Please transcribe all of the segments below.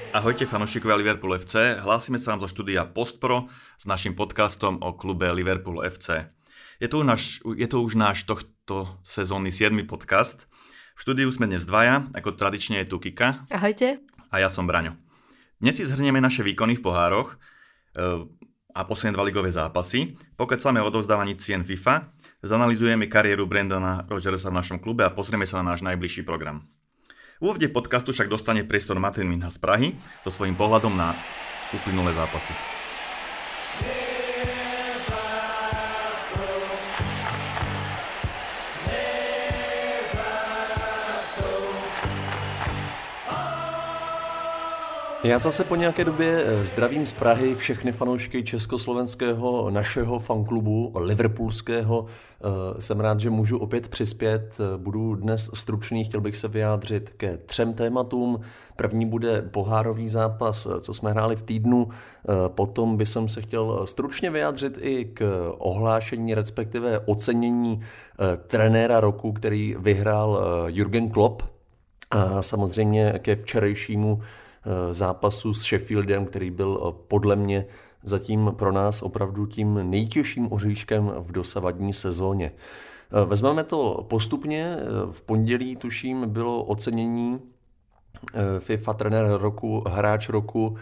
Ahojte fanúšikovia Liverpool FC, hlásime sa vám zo štúdia Postpro s našim podcastom o klube Liverpool FC. Je to už náš tohto sezónny 7. podcast. V štúdiu sme dnes dvaja, ako tradične je tu Kika. Ahojte. A ja som Braňo. Dnes si zhrnieme naše výkony v pohároch a posledné 2 ligové zápasy, pokecáme o odovzdávaní cien FIFA, zanalizujeme kariéru Brendana Rodgersa v našom klube a pozrieme sa na náš najbližší program. V úvode podcastu však dostane priestor Martin Minha z Prahy so svojím pohľadom na uplynulé zápasy. Já zase po nějaké době zdravím z Prahy všechny fanoušky československého našeho fanklubu liverpoolského. Jsem rád, že můžu opět přispět. Budu dnes stručný, chtěl bych se vyjádřit ke 3 tématům. První bude pohárový zápas, co jsme hráli v týdnu. Potom bych se chtěl stručně vyjádřit i k ohlášení, respektive ocenění trenéra roku, který vyhrál Jürgen Klopp. A samozřejmě ke včerejšímu zápasu s Sheffieldem, který byl podle mě zatím pro nás opravdu tím nejtěžším oříškem v dosavadní sezóně. Vezmeme to postupně. V pondělí, tuším, bylo ocenění FIFA trenér roku, hráč roku.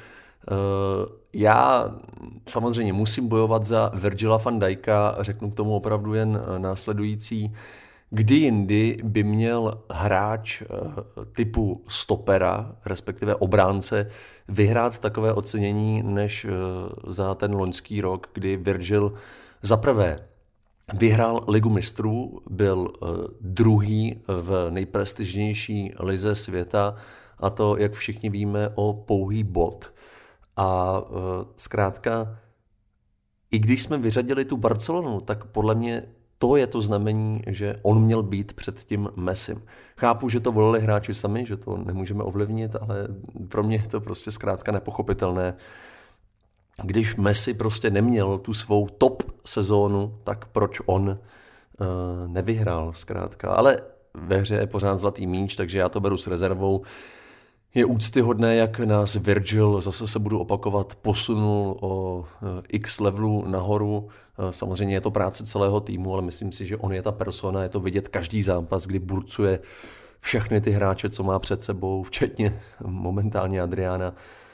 Já samozřejmě musím bojovat za Virgila van Dijka, řeknu k tomu opravdu jen následující. Kdy jindy by měl hráč typu stopera, respektive obránce, vyhrát takové ocenění, než za ten loňský rok, kdy Virgil zaprvé vyhrál Ligu mistrů, byl druhý v nejprestižnější lize světa, a to, jak všichni víme, o pouhý bod. A zkrátka, i když jsme vyřadili tu Barcelonu, tak podle mě to je to znamení, že on měl být před tím Messim. Chápu, že to volili hráči sami, že to nemůžeme ovlivnit, ale pro mě je to prostě zkrátka nepochopitelné. Když Messi prostě neměl tu svou top sezónu, tak proč on nevyhrál zkrátka. Ale ve hře je pořád zlatý míč, takže já to beru s rezervou. Je úctyhodné, jak nás Virgil, zase se budu opakovat, posunul o x levelů nahoru. Samozřejmě je to práce celého týmu, ale myslím si, že on je ta persona, je to vidět každý zápas, kdy burcuje všechny ty hráče, co má před sebou, včetně momentálně Adriana.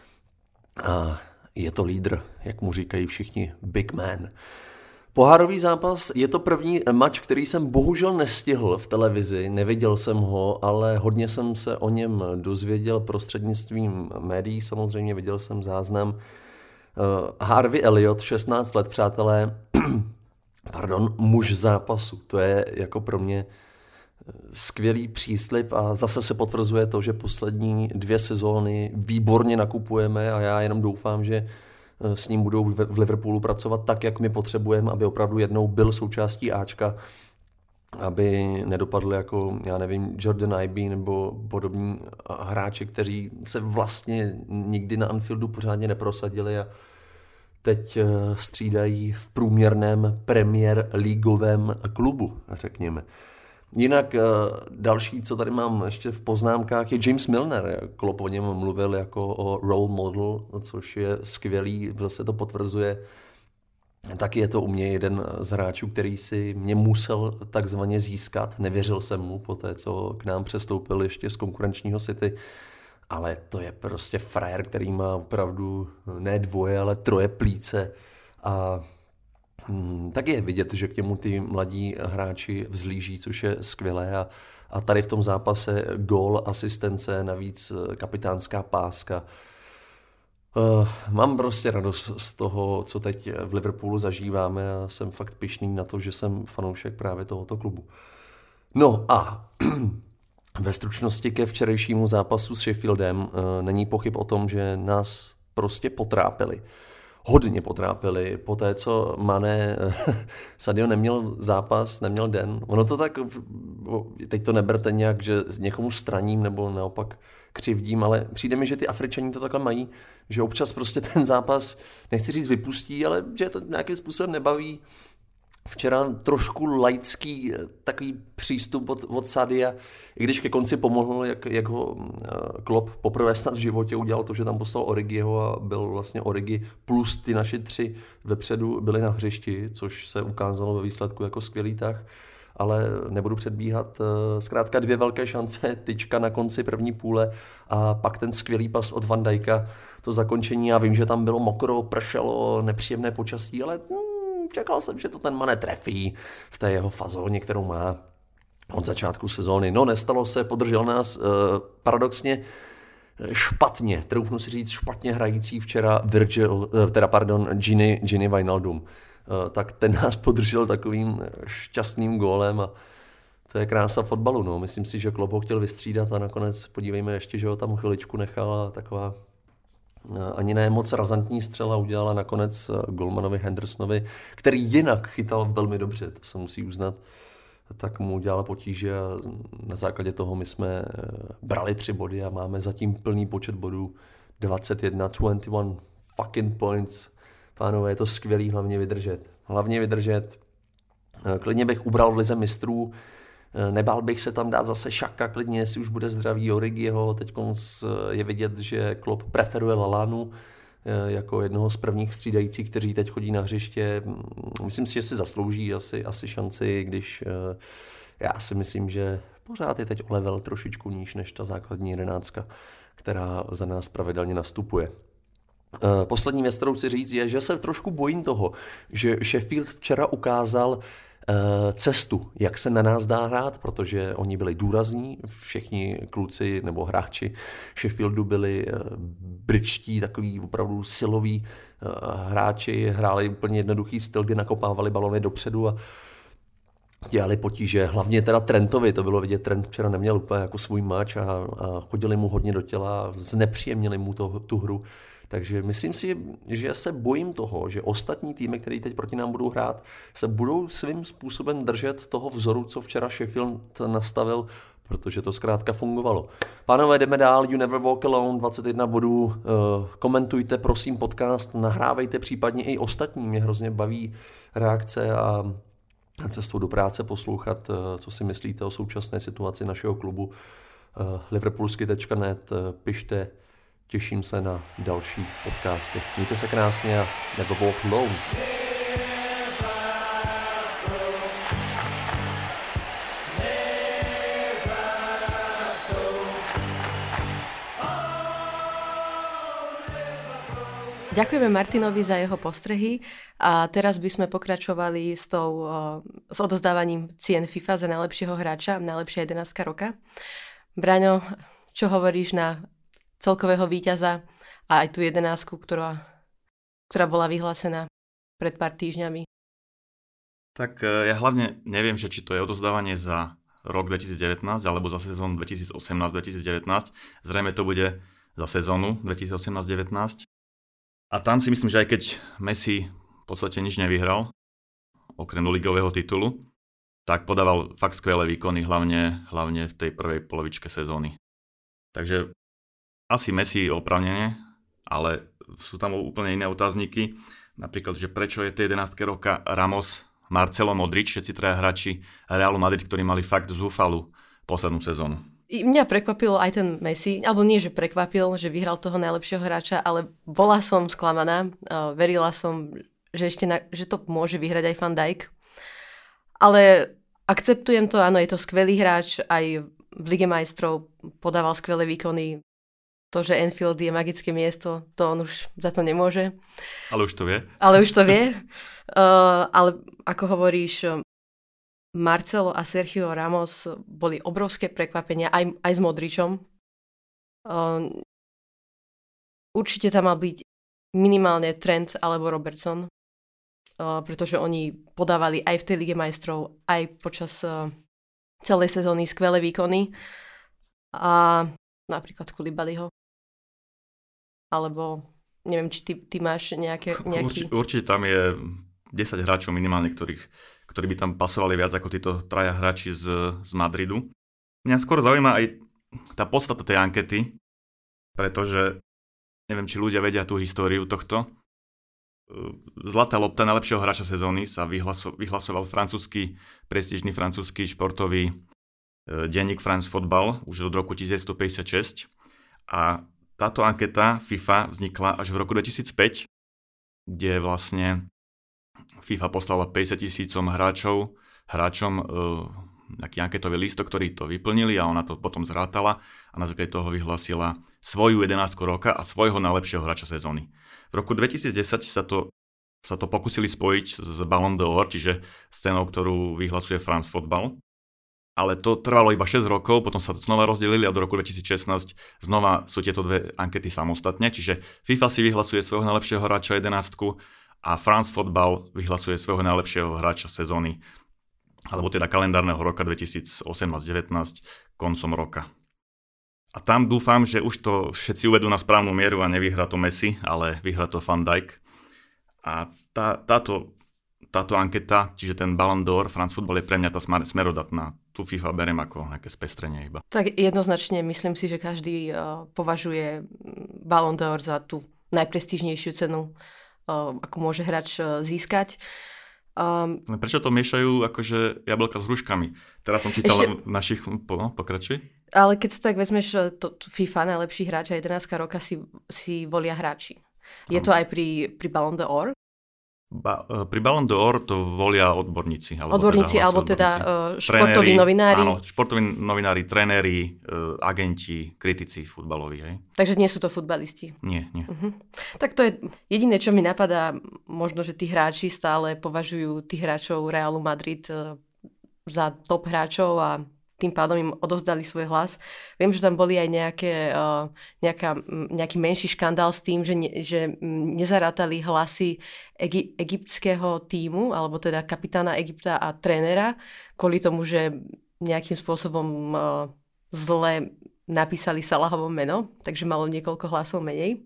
A je to lídr, jak mu říkají všichni, big man. Pohárový zápas je to první mač, který jsem bohužel nestihl v televizi, neviděl jsem ho, ale hodně jsem se o něm dozvěděl prostřednictvím médií, samozřejmě viděl jsem záznam. Harvey Elliott, 16 let, přátelé, muž zápasu, to je jako pro mě skvělý příslib a zase se potvrzuje to, že poslední 2 sezóny výborně nakupujeme a já jenom doufám, že s ním budou v Liverpoolu pracovat tak, jak my potřebujeme, aby opravdu jednou byl součástí Ačka, aby nedopadl jako, já nevím, Jordan Ibe nebo podobní hráči, kteří se vlastně nikdy na Anfieldu pořádně neprosadili a teď střídají v průměrném Premier Leaguovém klubu, řekněme. Jinak další, co tady mám ještě v poznámkách, je James Milner. Klopp o něm mluvil jako o role model, což je skvělý, zase to potvrzuje. Taky je to u mě jeden z hráčů, který si mě musel takzvaně získat. Nevěřil jsem mu po té, co k nám přestoupil ještě z konkurenčního City. Ale to je prostě frajer, který má opravdu ne 2, ale 3 plíce. A tak je vidět, že k němu ty mladí hráči vzlíží, což je skvělé. A tady v tom zápase gól, asistence, navíc kapitánská páska. Mám prostě radost z toho, co teď v Liverpoolu zažíváme a jsem fakt pyšný na to, že jsem fanoušek právě tohoto klubu. No a ve stručnosti ke včerejšímu zápasu s Sheffieldem není pochyb o tom, že nás prostě potrápili. Hodně potrápili. Po té, co Mané, Sadio neměl zápas, neměl den. Ono to tak, teď to neberte nějak, že někomu straním nebo naopak křivdím, ale přijde mi, že ty Afričani to takhle mají, že občas prostě ten zápas, nechci říct vypustí, ale že to nějakým způsobem nebaví Včera trošku laický takový přístup od Sadia, i když ke konci pomohl, jak ho Klopp poprvé snad v životě udělal to, že tam poslal Origiho a byl vlastně Origi plus ty naši 3 vepředu byli na hřišti, což se ukázalo ve výsledku jako skvělý tah, ale nebudu předbíhat. Zkrátka 2 velké šance, tyčka na konci první půle a pak ten skvělý pas od Van Dijka, to zakončení. Já vím, že tam bylo mokro, pršelo, nepříjemné počasí, ale čekal jsem, že to ten Mané trefí v té jeho fazóně, kterou má od začátku sezóny. No, nestalo se, podržel nás paradoxně špatně, troufnu si říct špatně hrající včera Gini Wijnaldum. Tak ten nás podržel takovým šťastným gólem a to je krása fotbalu. No. Myslím si, že Klopp ho chtěl vystřídat a nakonec podívejme ještě, že ho tam chviličku nechal a taková ani ne moc razantní střela udělala nakonec golmanovi Hendersonovi, který jinak chytal velmi dobře, to se musí uznat, tak mu udělala potíže a na základě toho my jsme brali 3 body a máme zatím plný počet bodů 21 fucking points. Pánové, je to skvělý, hlavně vydržet. Klidně bych ubral v lize mistrů, nebál bych se tam dát zase Šaka klidně, jestli už bude zdravý Origiho. Teď je vidět, že Klopp preferuje Lalanu jako jednoho z prvních střídajících, kteří teď chodí na hřiště. Myslím si, že si zaslouží asi šanci, když já si myslím, že pořád je teď o level trošičku níž než ta základní 11, která za nás pravidelně nastupuje. Poslední věc, kterou chci říct, je, že se trošku bojím toho, že Sheffield včera ukázal cestu, jak se na nás dá hrát, protože oni byli důrazní, všichni kluci nebo hráči Sheffieldu byli britští, takový opravdu siloví hráči, hráli úplně jednoduchý styl, kdy nakopávali balony dopředu a dělali potíže, hlavně teda Trentovi, to bylo vidět, Trent včera neměl úplně jako svůj mač a chodili mu hodně do těla, znepříjemnili mu tu hru. Takže myslím si, že se bojím toho, že ostatní týmy, které teď proti nám budou hrát, se budou svým způsobem držet toho vzoru, co včera Sheffield nastavil, protože to zkrátka fungovalo. Pánové, jdeme dál, You Never Walk Alone, 21 bodů, komentujte prosím podcast, nahrávejte případně i ostatní, mě hrozně baví reakce a cestou do práce poslouchat, co si myslíte o současné situaci našeho klubu. Liverpoolsky.net, pište. Těším se na další podcasty. Mějte se krásně a never walk alone. Ďakujeme Martinovi za jeho postrehy a teraz by sme pokračovali s odozdávaním cien FIFA za najlepšieho hráča, najlepšia 11 roka. Braňo, čo hovoríš na celkového víťaza a aj tú 11, ktorá bola vyhlásená pred pár týždňami? Tak ja hlavne neviem, že či to je odozdávanie za rok 2019 alebo za sezónu 2018-2019. Zrejme to bude za sezónu 2018-2019. A tam si myslím, že aj keď Messi v podstate nič nevyhral, okrem ligového titulu, tak podával fakt skvelé výkony, hlavne v tej prvej polovičke sezóny. Takže asi Messi oprávnene, ale sú tam úplne iné otázniky. Napríklad, že prečo je v tej 11 roka Ramos, Marcelo, Modrič, všetci traja hráči Realu Madrid, ktorí mali fakt zúfalú poslednú sezónu. Mňa prekvapil aj ten Messi, alebo nie, že prekvapil, že vyhral toho najlepšieho hráča, ale bola som sklamaná. Verila som, že že to môže vyhrať aj Van Dijk. Ale akceptujem to, áno, je to skvelý hráč, aj v Lige majstrov podával skvelé výkony. To, že Anfield je magické miesto, to on už za to nemôže. Ale už to vie. Ale ako hovoríš, Marcelo a Sergio Ramos boli obrovské prekvapenia, aj s Modričom. Určite tam mal byť minimálne Trent alebo Robertson, pretože oni podávali aj v tej Lige majstrov, aj počas celej sezóny skvelé výkony. A napríklad Koulibalyho. Alebo neviem, či ty máš nejaký... Určite tam je 10 hráčov minimálne, ktorí by tam pasovali viac ako títo traja hráči z Madridu. Mňa skôr zaujíma aj tá podstata tej ankety, pretože neviem, či ľudia vedia tú históriu tohto. Zlatá lopta najlepšieho hráča sezóny sa vyhlasoval prestížny francúzsky športový denník France Football už od roku 1956 a táto anketa FIFA vznikla až v roku 2005, kde vlastne FIFA poslala 50 000 hráčom nejaký anketový lístok, ktorý to vyplnili a ona to potom zrátala a na základe toho vyhlásila svoju 11 roka a svojho najlepšieho hráča sezóny. V roku 2010 sa to pokúsili spojiť s Ballon d'Or, čiže scénou, ktorú vyhlasuje France Football. Ale to trvalo iba 6 rokov, potom sa to znova rozdelili a do roku 2016 znova sú tieto dve ankety samostatne, čiže FIFA si vyhlasuje svojho najlepšieho hráča 11 a France Football vyhlasuje svojho najlepšieho hráča sezóny, alebo teda kalendárneho roka 2018-19 koncom roka. A tam dúfam, že už to všetci uvedú na správnu mieru a nevyhrá to Messi, ale vyhrá to Van Dijk. A táto anketa, čiže ten Ballon d'Or, France Football je pre mňa tá smerodatná. Tu FIFA berem ako nejaké spestrenie iba. Tak jednoznačne myslím si, že každý považuje Ballon d'Or za tú najprestížnejšiu cenu, ako môže hráč získať. Prečo to miešajú akože jablka s hruškami? Teraz som čítal našich... pokračuj. Ale keď si tak vezmeš FIFA, najlepší hráč a 11 roka si volia hráči. Je to aj pri Ballon d'Or? Pri Ballon d'Or to volia odborníci. Športoví novinári. Áno, športoví novinári, trenéri, agenti, kritici futbaloví. Hej. Takže nie sú to futbalisti? Nie. Uh-huh. Tak to je jediné, čo mi napadá. Možno, že tí hráči stále považujú tých hráčov Realu Madrid za top hráčov a tým pádom im odozdali svoj hlas. Viem, že tam boli aj nejaký menší škandál s tým, že nezarátali hlasy egyptského tímu, alebo teda kapitána Egypta a trénera, kvôli tomu, že nejakým spôsobom zle napísali Salahovo meno, takže malo niekoľko hlasov menej.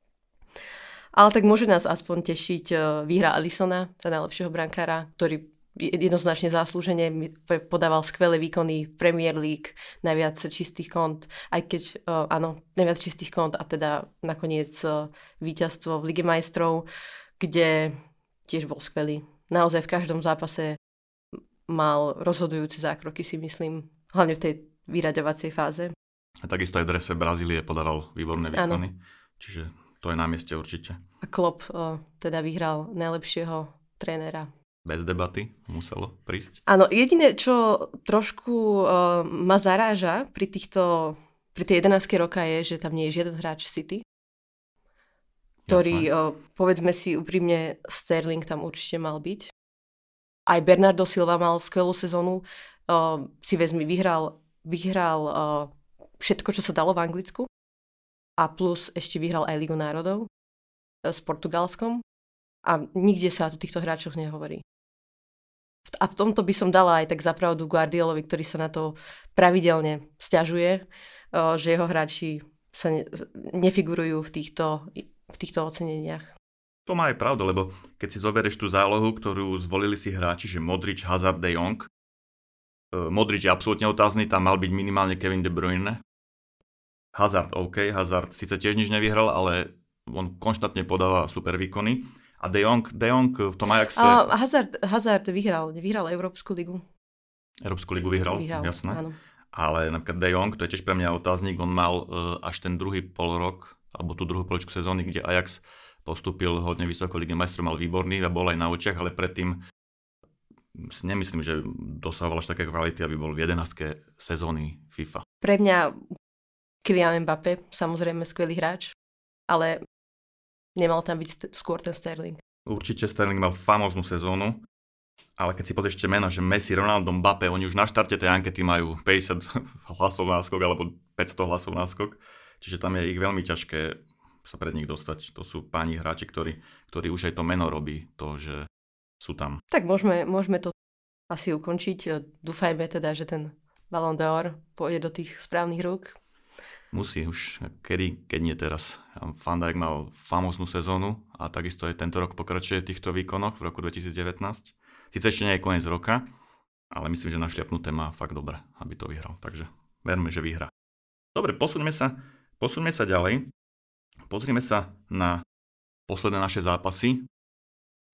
Ale tak môže nás aspoň tešiť výhra Alissona, za najlepšieho brankára, ktorý jednoznačne zaslúžene podával skvelé výkony v Premier League, najviac čistých kont, aj keď najviac čistých kont a teda nakoniec víťazstvo v Lige majstrov, kde tiež bol skvelý. Naozaj v každom zápase mal rozhodujúce zákroky, si myslím, hlavne v tej vyraďovacej fáze. A takisto aj v drese Brazílie podával výborné výkony, čiže to je na mieste určite. A Klopp teda vyhral najlepšieho trénera. Bez debaty muselo prísť. Áno, jediné, čo trošku ma zaráža pri tej 11 roka je, že tam nie je žiaden hráč City, ktorý, povedzme si úprimne, Sterling tam určite mal byť. Aj Bernardo Silva mal skvelú sezónu. Si vezmi, vyhral všetko, čo sa dalo v Anglicku. A plus ešte vyhral aj Ligu národov s Portugalskom. A nikde sa o týchto hráčoch nehovorí. A v tomto by som dala aj tak zapravdu Guardiolovi, ktorý sa na to pravidelne sťažuje, že jeho hráči sa nefigurujú v týchto oceneniach. To má aj pravdu, lebo keď si zoberieš tú zálohu, ktorú zvolili si hráči, že Modric, Hazard, De Jong, Modric je absolútne otázny, tam mal byť minimálne Kevin De Bruyne. Hazard Hazard síce tiež nič nevyhral, ale on konštantne podáva super výkony. A De Jong v tom Ajaxe... Hazard vyhral Európsku ligu. Európsku ligu vyhral, jasné. Áno. Ale napríklad De Jong, to je tiež pre mňa otáznik, on mal až ten druhý polrok, alebo tú druhú polovičku sezóny, kde Ajax postúpil hodne vysoko Lige majstrov, mal výborný a bol aj na očiach, ale predtým si nemyslím, že dosahoval až také kvality, aby bol v 11. sezóny FIFA. Pre mňa Kylian Mbappé, samozrejme skvelý hráč, ale nemal tam byť skôr ten Sterling. Určite Sterling mal famóznu sezónu, ale keď si pozriete mena, že Messi, Ronaldo, Mbappé, oni už na štarte tej ankety majú 50 hlasov náskok alebo 500 hlasov náskok, čiže tam je ich veľmi ťažké sa pred nich dostať. To sú páni hráči, ktorí už aj to meno robí, to, že sú tam. Tak môžeme to asi ukončiť. Dúfajme teda, že ten Ballon d'Or pôjde do tých správnych rúk. Musí už, keď nie teraz. Van Dijk mal famóznu sezónu a takisto aj tento rok pokračuje v týchto výkonoch v roku 2019. Sice ešte nie je koniec roka, ale myslím, že našliapnuté má fakt dobre, aby to vyhral. Takže verme, že vyhrá. Dobre, posuňme sa ďalej. Pozrime sa na posledné naše zápasy.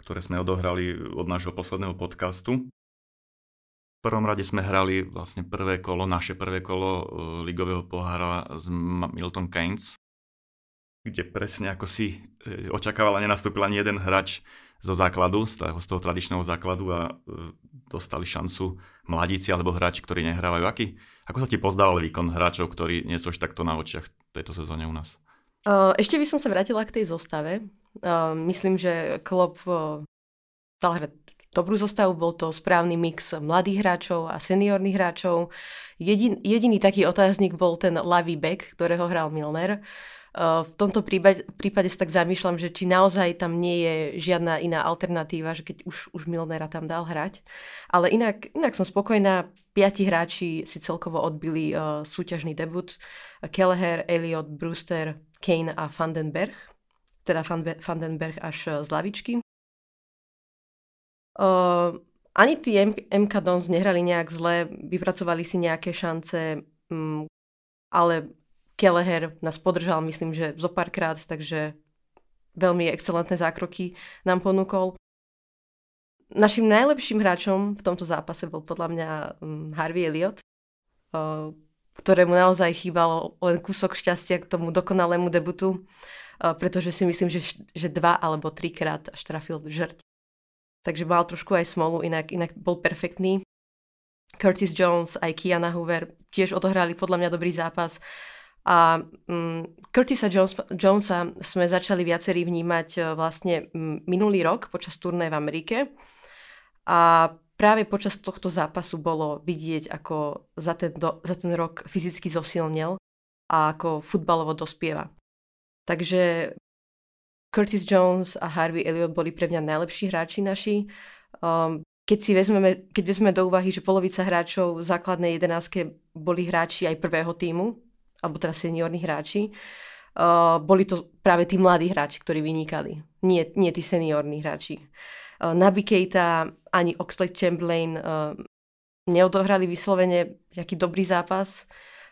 ktoré sme odohrali od nášho posledného podcastu. V prvom rade sme hrali vlastne naše prvé kolo ligového pohára z Milton Keynes, kde presne ako si očakávala, nenastúpil ani jeden hráč zo základu, z toho tradičného základu a dostali šancu mladíci alebo hráči, ktorí nehrávajú. Ako sa ti pozdával výkon hráčov, ktorí nie sú už takto na očiach v tejto sezóne u nás? Ešte by som sa vrátila k tej zostave. Myslím, že Klopp dal hrať dobrú zostavu, bol to správny mix mladých hráčov a seniorných hráčov. Jediný taký otáznik bol ten ľavý back, ktorého hral Milner. V tomto prípade sa tak zamýšľam, že či naozaj tam nie je žiadna iná alternatíva, že keď už Milnera tam dal hrať. Ale inak som spokojná. 5 hráči si celkovo odbili súťažný debut. Kelleher, Elliot, Brewster, Kane a Van den Berg. Teda Van den Berg až z lavičky. Ani tí MK Dons nehrali nejak zle, vypracovali si nejaké šance, ale Kelleher nás podržal, myslím, že zo párkrát, takže veľmi excelentné zákroky nám ponúkol. Našim najlepším hráčom v tomto zápase bol podľa mňa Harvey Elliott, ktorému naozaj chýbal len kúsok šťastia k tomu dokonalému debutu, pretože si myslím, že 2 alebo 3 krát až trafil žrť. Takže mal trošku aj smolu, inak bol perfektný. Curtis Jones aj Kiana Hoover tiež odohrali podľa mňa dobrý zápas. A Curtisa Jonesa sme začali viacerí vnímať vlastne minulý rok počas turné v Amerike. A práve počas tohto zápasu bolo vidieť, ako za ten rok fyzicky zosilnel a ako futbalovo dospieva. Takže Curtis Jones a Harvey Elliott boli pre mňa najlepší hráči naši. Keď vezmeme do úvahy, že polovica hráčov v základnej 11 boli hráči aj prvého tímu, alebo teda seniorní hráči, boli to práve tí mladí hráči, ktorí vynikali. Nie tí seniorní hráči. Naby Keita ani Oxlade-Chamberlain neodohrali vyslovene nejaký dobrý zápas.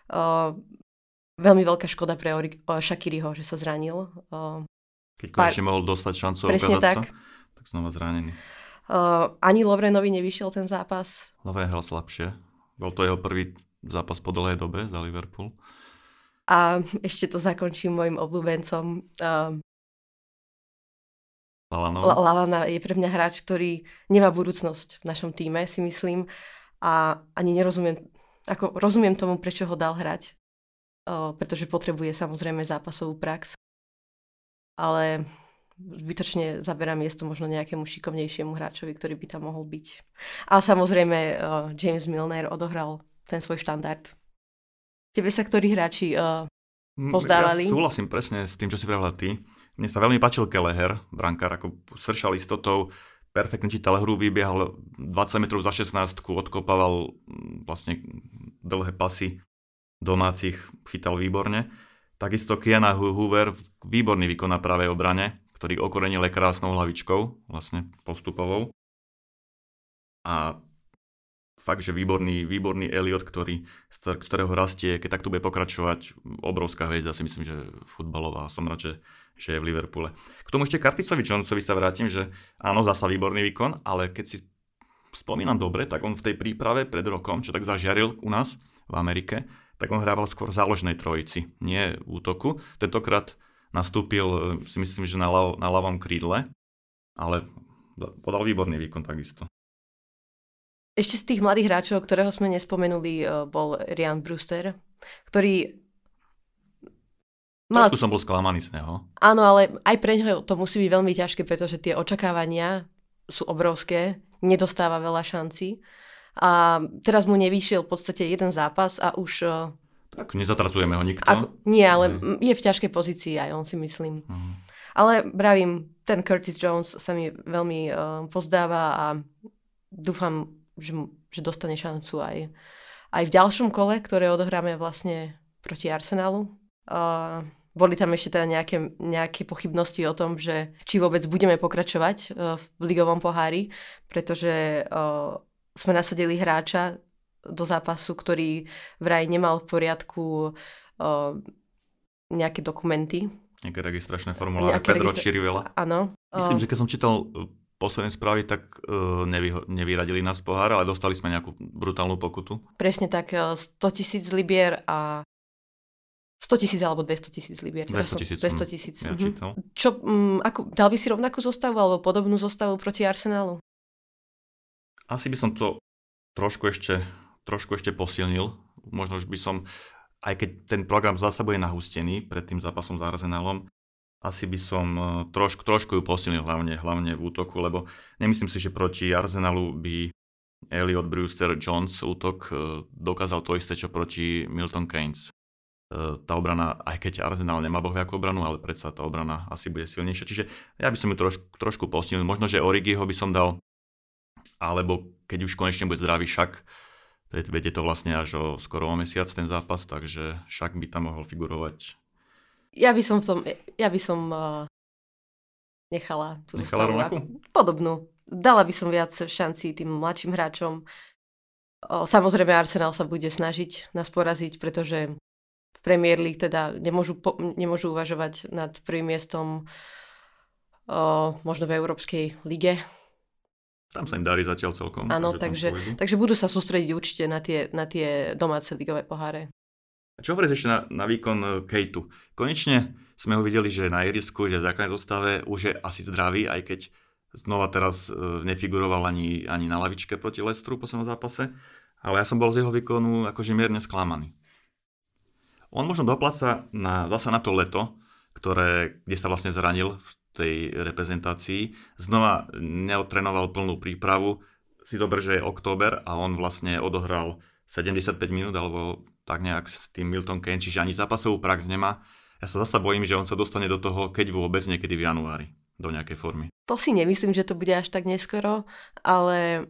Veľmi veľká škoda pre Shaqiriho, že sa zranil. Keď konečne mohol dostať šancu ukázať sa, tak znova zranený. Ani Lovrenovi nevyšiel ten zápas. Lovren hral slabšie. Bol to jeho prvý zápas po dlhej dobe za Liverpool. A ešte to zakončím mojim obľúbencom. Lallana je pre mňa hráč, ktorý nemá budúcnosť v našom tíme, si myslím. A ani rozumiem tomu, prečo ho dal hrať. Pretože potrebuje samozrejme zápasovú prax. Ale zbytočne zaberá miesto možno nejakému šikovnejšiemu hráčovi, ktorý by tam mohol byť. A samozrejme James Milner odohral ten svoj štandard. Tebe sa ktorí hráči pozdávali? Ja súhlasím presne s tým, čo si vravila ty. Mne sa veľmi páčil Kelleher, brankár, ako sršal istotou, perfektne čítal hru, vybiehal 20 metrov za 16, odkopával vlastne dlhé pasy domácich, chytal výborne. Takisto Kiana Hoover, výborný výkon na pravej obrane, ktorý okorenil krásnou hlavičkou, vlastne postupovou. A fakt, že výborný Elliot, z ktorého rastie, keď takto bude pokračovať, obrovská hviezda, si myslím, že futbalová. Som rád, že je v Liverpoole. K tomu ešte Curtisovi Jonesovi sa vrátim, že áno, zasa výborný výkon, ale keď si spomínam dobre, tak on v tej príprave pred rokom, čo tak zažiaril u nás v Amerike, tak on hrával skôr v záložnej trojici, nie v útoku. Tentokrát nastúpil, si myslím, že na ľavom krídle, ale podal výborný výkon takisto. Ešte z tých mladých hráčov, ktorého sme nespomenuli, bol Ryan Brewster, ktorý... Trošku som bol sklamaný z neho. Áno, ale aj pre neho to musí byť veľmi ťažké, pretože tie očakávania sú obrovské, nedostáva veľa šancí. A teraz mu nevyšiel v podstate jeden zápas a už... Tak nezatracujeme ho nikto. Nie, ale je v ťažkej pozícii aj on, si myslím. Ale bravím, ten Curtis Jones sa mi veľmi pozdáva a dúfam, že dostane šancu aj v ďalšom kole, ktoré odohráme vlastne proti Arsenalu. Boli tam ešte teda nejaké pochybnosti o tom, že či vôbec budeme pokračovať v ligovom pohári, pretože sme nasadili hráča do zápasu, ktorý vraj nemal v poriadku nejaké dokumenty. Nejaké registračné formuláre, Pedro Chirivella. Áno. Myslím, že keď som čítal posledné správy, tak nevyradili nás pohár, ale dostali sme nejakú brutálnu pokutu. Presne tak, 100 000 libier a 100 000 alebo 200 000 libier. 200 000. 200 000. Ja čítal. Čo, dal by si rovnakú zostavu alebo podobnú zostavu proti Arsenálu? Asi by som to trošku ešte posilnil. Možno už by som, aj keď ten program zasa bude nahustený pred tým zápasom s Arsenálom, asi by som trošku ju posilnil, hlavne v útoku, lebo nemyslím si, že proti Arsenalu by Elliot, Brewster, Jones útok dokázal to isté, čo proti Milton Keynes. Tá obrana, aj keď Arsenal nemá bohviakú obranu, ale predsa tá obrana asi bude silnejšia. Čiže ja by som ju trošku posilnil. Možno, že Origiho by som dal, alebo keď už konečne bude zdravý Šak, viete to vlastne až skoro o mesiac ten zápas, takže Šak by tam mohol figurovať. Ja by som nechala tú zostavu podobnú. Dala by som viac šancí tým mladším hráčom. Samozrejme Arsenal sa bude snažiť nás poraziť, pretože v Premier League teda nemôžu uvažovať nad prvým miestom možno v Európskej lige. Tam sa im darí zatiaľ celkom. Áno, takže budú sa sústrediť určite na tie domáce ligové poháre. Čo hovoríš ešte na výkon Kejtu? Konečne sme ho videli, že na ihrisku, že v základnej zostave už je asi zdravý, aj keď znova teraz nefiguroval ani na lavičke proti Leicesteru po poslednom zápase, ale ja som bol z jeho výkonu akože mierne sklamaný. On možno dopláca zasa na to leto, kde sa vlastne zranil v tej reprezentácii. Znova neodtrenoval plnú prípravu. Si zober, že je október a on vlastne odohral 75 minút alebo tak nejak s tým Milton Keynes, čiže ani zápasovú prax nemá. Ja sa zasa bojím, že on sa dostane do toho, keď vôbec niekedy v januári, do nejakej formy. To si nemyslím, že to bude až tak neskoro, ale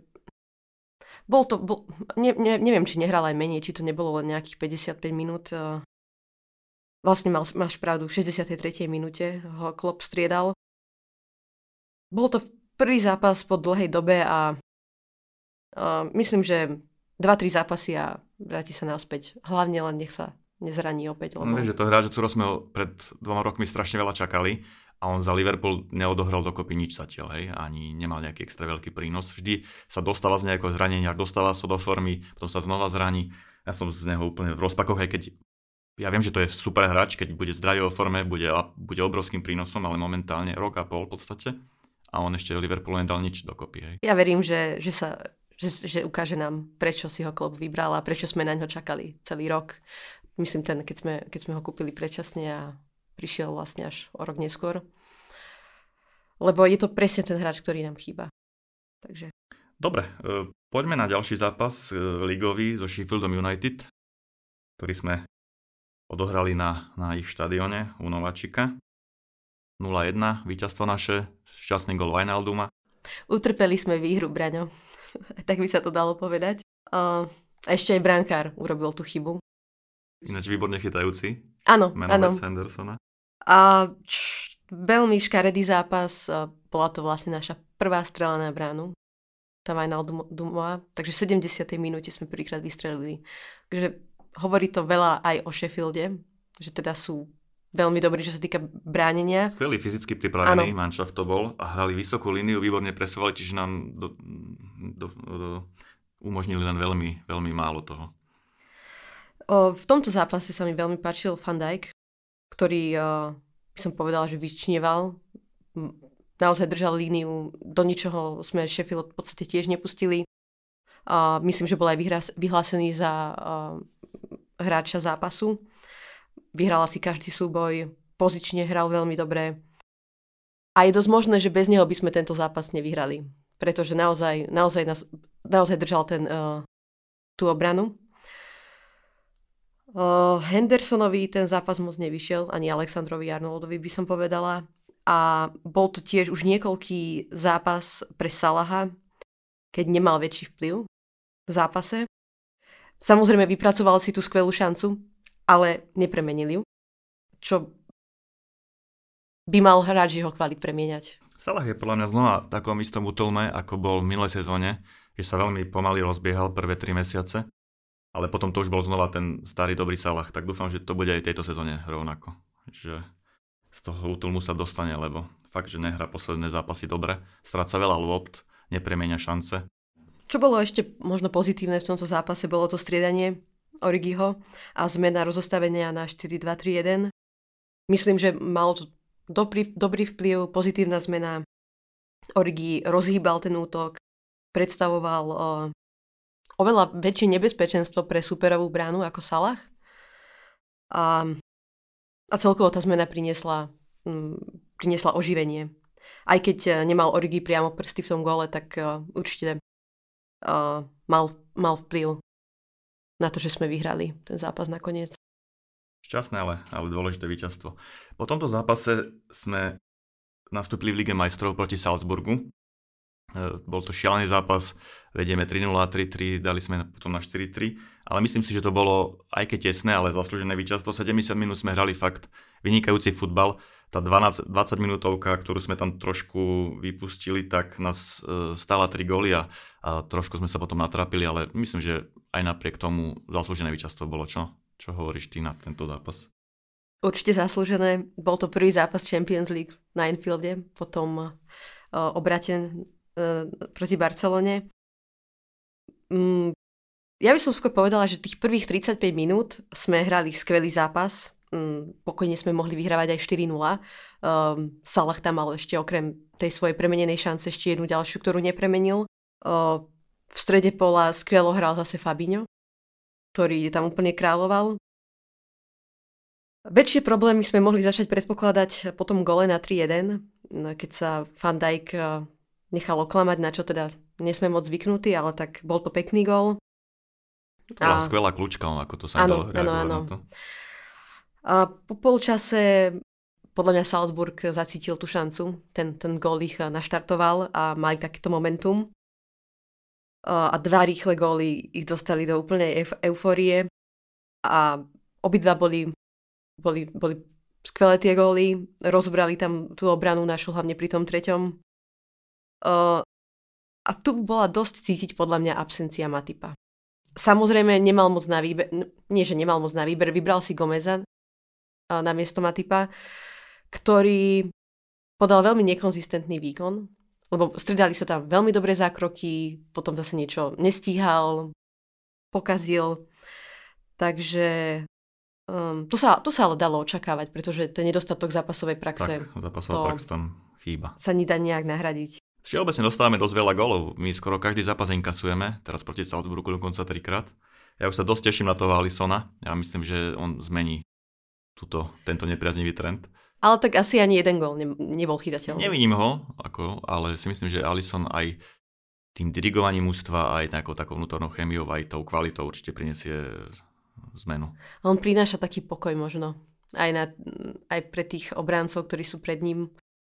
neviem, či nehral aj menej, či to nebolo len nejakých 55 minút. Vlastne máš pravdu, v 63. minúte ho Klopp striedal. Bol to prvý zápas po dlhej dobe a myslím, že 2-3 zápasy a vráti sa naspäť. Hlavne len nech sa nezraní opäť. Lebo... Vieš, že to hráč, ktorého sme ho pred 2 rokmi strašne veľa čakali a on za Liverpool neodohral dokopy nič zatiaľ, hej, ani nemal nejaký extra veľký prínos. Vždy sa dostáva z nejakého zranenia, dostáva sa do formy, potom sa znova zraní. Ja som z neho úplne v rozpakoch, aj keď ja viem, že to je super hráč, keď bude zdravý vo forme, bude obrovským prínosom, ale momentálne rok a pol v podstate a on ešte Liverpoolu nedal nič dokopy, hej. Ja verím, že ukáže nám, prečo si ho Klopp vybral a prečo sme na ňo čakali celý rok. Myslím, keď sme ho kúpili predčasne a prišiel vlastne až o rok neskôr. Lebo je to presne ten hráč, ktorý nám chýba. Takže. Dobre, poďme na ďalší zápas ligový so Sheffieldom United, ktorý sme odohrali na ich štadióne u Nováčika. 0-1, víťazstvo naše, šťastný gól Wijnalduma. Utrpeli sme výhru, Braňo. Tak by sa to dalo povedať. A ešte aj brankár urobil tú chybu. Ináč výborne chytajúci. Áno, menovec Hendersona. A veľmi škaredý zápas. Bola to vlastne naša prvá strela na bránu. Tá Wijnalduma. Takže v 70. minúte sme prvýkrát vystrelili. Takže hovorí to veľa aj o Sheffielde, že teda sú veľmi dobrý, čo sa týka bránenia. Skvelý fyzicky pripravený manšaft to bol a hrali vysokú líniu, výborne presovali, čiže nám umožnili len veľmi, veľmi málo toho. V tomto zápase sa mi veľmi páčil Van Dijk, ktorý by som povedala, že vyčnieval. Naozaj držal líniu, do ničoho sme Sheffield v podstate tiež nepustili. Myslím, že bol aj vyhlásený za hráča zápasu. Vyhral si každý súboj, pozične hral veľmi dobre. A je dosť možné, že bez neho by sme tento zápas nevyhrali. Pretože naozaj držal tú obranu. Hendersonovi ten zápas moc nevyšiel, ani Alexandrovi Arnoldovi by som povedala. A bol to tiež už niekoľký zápas pre Salaha, keď nemal väčší vplyv v zápase. Samozrejme vypracoval si tú skvelú šancu, ale nepremenili ju, čo by mal hráč jeho kvalit premieňať. Salah je podľa mňa znova v takom istom útlme, ako bol v minulej sezóne, že sa veľmi pomaly rozbiehal prvé 3 mesiace, ale potom to už bol znova ten starý dobrý Salah, tak dúfam, že to bude aj tejto sezóne rovnako. Že z toho útlmu sa dostane, lebo fakt, že nehrá posledné zápasy dobre, stráca veľa lopt, nepremieňa šance. Čo bolo ešte možno pozitívne v tomto zápase, bolo to striedanie Origiho a zmena rozostavenia na 4-2-3-1. Myslím, že malo to dobrý vplyv, pozitívna zmena. Origi rozhýbal ten útok, predstavoval oveľa väčšie nebezpečenstvo pre superovú bránu ako Salah. A celkovo tá zmena priniesla oživenie. Aj keď nemal Origi priamo prsty v tom góle, tak určite mal vplyv na to, že sme vyhrali ten zápas nakoniec. Šťastné, ale dôležité víťazstvo. Po tomto zápase sme nastúpili v Lige majstrov proti Salzburgu. Bol to šialený zápas, vedieme 3-0, 3-3, dali sme potom na 4-3, ale myslím si, že to bolo aj keď tesné, ale zaslúžené víťazstvo. 70 minút sme hrali fakt vynikajúci futbal. Tá 20 minútovka, ktorú sme tam trošku vypustili, tak nás stála 3 góly a trošku sme sa potom natrapili, ale myslím, že aj napriek tomu zaslúžené víťazstvo bolo. Čo hovoríš ty na tento zápas? Určite zaslúžené. Bol to prvý zápas Champions League na Anfielde, potom obraten proti Barcelone. Ja by som skôr povedala, že tých prvých 35 minút sme hrali skvelý zápas. Pokojne sme mohli vyhrávať aj 4-0. Salah tam mal ešte okrem tej svojej premenenej šance ešte jednu ďalšiu, ktorú nepremenil. V strede pola skvelo hral zase Fabinho, ktorý tam úplne kráľoval. Väčšie problémy sme mohli začať predpokladať po tom gole na 3-1, keď sa Van Dijk nechal oklamať, na čo teda nesme moc zvyknutí, ale tak bol to pekný gól. To bola skvelá kľúčka, ako to sa dalo reagovať na to. A po polčase podľa mňa Salzburg zacítil tú šancu. Ten gól ich naštartoval a mali takéto momentum. A 2 rýchle góly ich dostali do úplnej eufórie. A obidva boli skvelé tie góly. Rozbrali tam tú obranu našu, hlavne pri tom treťom. A tu bola dosť cítiť podľa mňa absencia Matipa. Samozrejme nemal moc na výber, nie že nemal moc na výber, vybral si Gomeza na miesto Matipa, ktorý podal veľmi nekonzistentný výkon, lebo stredali sa tam veľmi dobré zákroky, potom zase niečo nestíhal, pokazil, takže to sa ale dalo očakávať, pretože ten nedostatok zápasovej praxe prax tam chýba. Sa nedá nejak nahradiť. Všeobecne dostávame dosť veľa golov. My skoro každý zápas inkasujeme, teraz proti Salzburgu dokonca 3-krát. Ja už sa dosť teším na toho Alissona. Ja myslím, že on zmení tento nepriaznivý trend. Ale tak asi ani jeden gól nebol chytateľný. Nevidím ho, ale si myslím, že Alisson aj tým dirigovaním mužstva, aj takou vnútornou chémiou, aj tou kvalitou určite prinesie zmenu. On prináša taký pokoj možno. Aj pre tých obráncov, ktorí sú pred ním.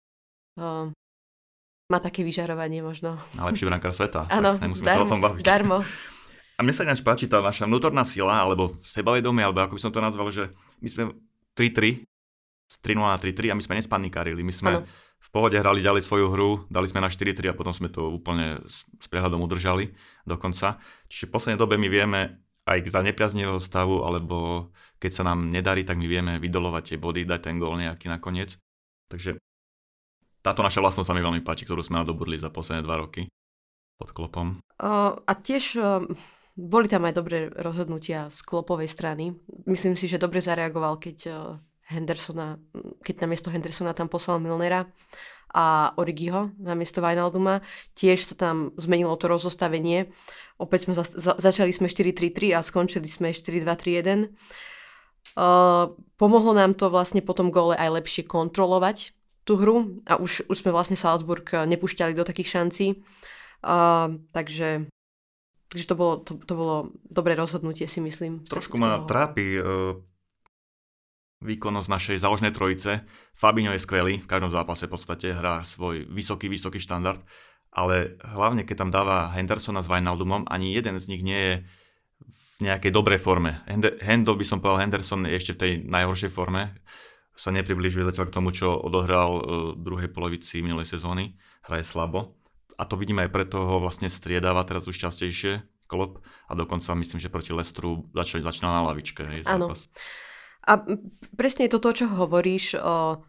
Má také vyžarovanie možno. Najlepší brankár sveta. Áno, nemusíme sa o tom baviť. Darmo. A mne sa ináč páči tá naša vnútorná sila, alebo sebavedomie, alebo ako by som to nazval, že my sme 3-3, z 3-0 na 3-3 a my sme nespanikárili. My sme v pohode hrali ďalej svoju hru, dali sme na 4-3 a potom sme to úplne s prehľadom udržali do konca. Čiže v poslednej dobe my vieme aj za nepriaznivého stavu, alebo keď sa nám nedarí, tak my vieme vydolovať tie body, dať ten gól nejaký nakoniec. Takže táto naša vlastnosť sa mi veľmi páči, ktorú sme nadobudli za posledné 2 roky pod Kloppom. A tiež boli tam aj dobré rozhodnutia z Kloppovej strany. Myslím si, že dobre zareagoval, keď namiesto Hendersona tam poslal Milnera a Origiho namiesto Wijnalduma. Tiež sa tam zmenilo to rozostavenie. Opäť sme začali sme 4-3-3 a skončili sme 4-2-3-1. Pomohlo nám to vlastne po tom góle aj lepšie kontrolovať tú hru a už sme vlastne Salzburg nepúšťali do takých šancí. Takže to bolo dobré rozhodnutie, si myslím. Trošku ma trápi výkonnosť našej záložnej trojice. Fabinho je skvelý, v každom zápase v podstate hrá svoj vysoký štandard, ale hlavne keď tam dáva Hendersona s Wijnaldumom, ani jeden z nich nie je v nejakej dobrej forme. Henderson je ešte v tej najhoršej forme, sa nepribližuje zatiaľ k tomu, čo odohral v druhej polovici minulej sezóny. Hraje slabo. A to vidíme aj preto ho vlastne striedáva teraz už častejšie Klopp a dokonca myslím, že proti Leicesteru začal na lavičke. Áno. A presne je to, čo hovoríš.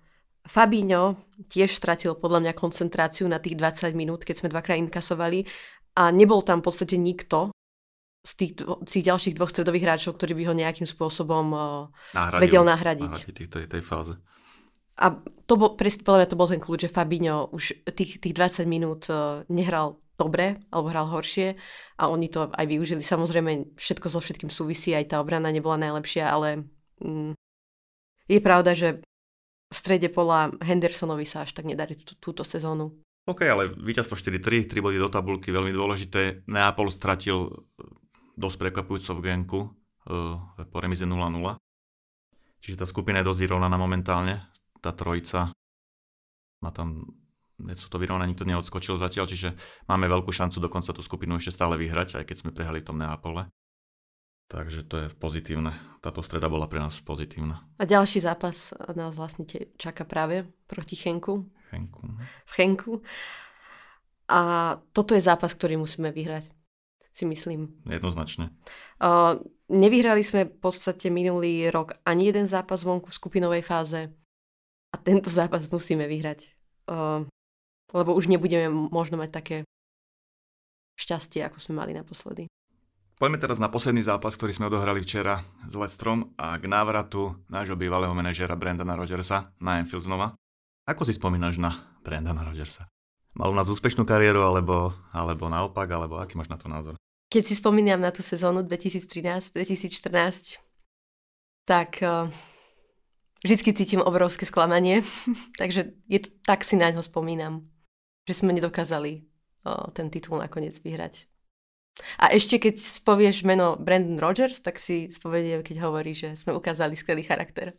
Fabinho tiež stratil podľa mňa koncentráciu na tých 20 minút, keď sme dvakrát inkasovali a nebol tam v podstate nikto z tých ďalších dvoch stredových hráčov, ktorí by ho nejakým spôsobom vedel nahradiť. Tej fáze. A to podľa mňa to bol ten kľúč, že Fabinho už tých 20 minút nehral dobre, alebo hral horšie a oni to aj využili. Samozrejme, všetko so všetkým súvisí, aj tá obrana nebola najlepšia, ale je pravda, že v strede pola Hendersonovi sa až tak nedarí túto sezónu. OK, ale víťazstvo 4-3, 3 body do tabulky, veľmi dôležité. Neapol stratil dosť prekvapujúco v Genku po remize 0-0. Čiže tá skupina je dosť vyrovnaná momentálne. Tá trojica má tam, to vyrovnané nikto neodskočil zatiaľ, čiže máme veľkú šancu dokonca tú skupinu ešte stále vyhrať, aj keď sme prehali v tom Neapole. Takže to je pozitívne. Táto streda bola pre nás pozitívna. A ďalší zápas nás vlastne čaká práve proti Chenku. V Chenku. A toto je zápas, ktorý musíme vyhrať, si myslím. Jednoznačne. Nevyhrali sme v podstate minulý rok ani jeden zápas vonku v skupinovej fáze. A tento zápas musíme vyhrať. Lebo už nebudeme možno mať také šťastie, ako sme mali naposledy. Poďme teraz na posledný zápas, ktorý sme odohrali včera s Leicesterom a k návratu nášho bývalého manažéra Brendana Rodgersa na Anfield znova. Ako si spomínaš na Brendana Rodgersa? Mal u nás úspešnú kariéru, alebo naopak, alebo aký máš na to názor? Keď si spomínam na tú sezónu 2013-2014, tak vždycky cítim obrovské sklamanie, takže tak si na ňo spomínam, že sme nedokázali ten titul nakoniec vyhrať. A ešte keď povieš meno Brendan Rodgers, tak si spomeniem, keď hovorí, že sme ukázali skvelý charakter.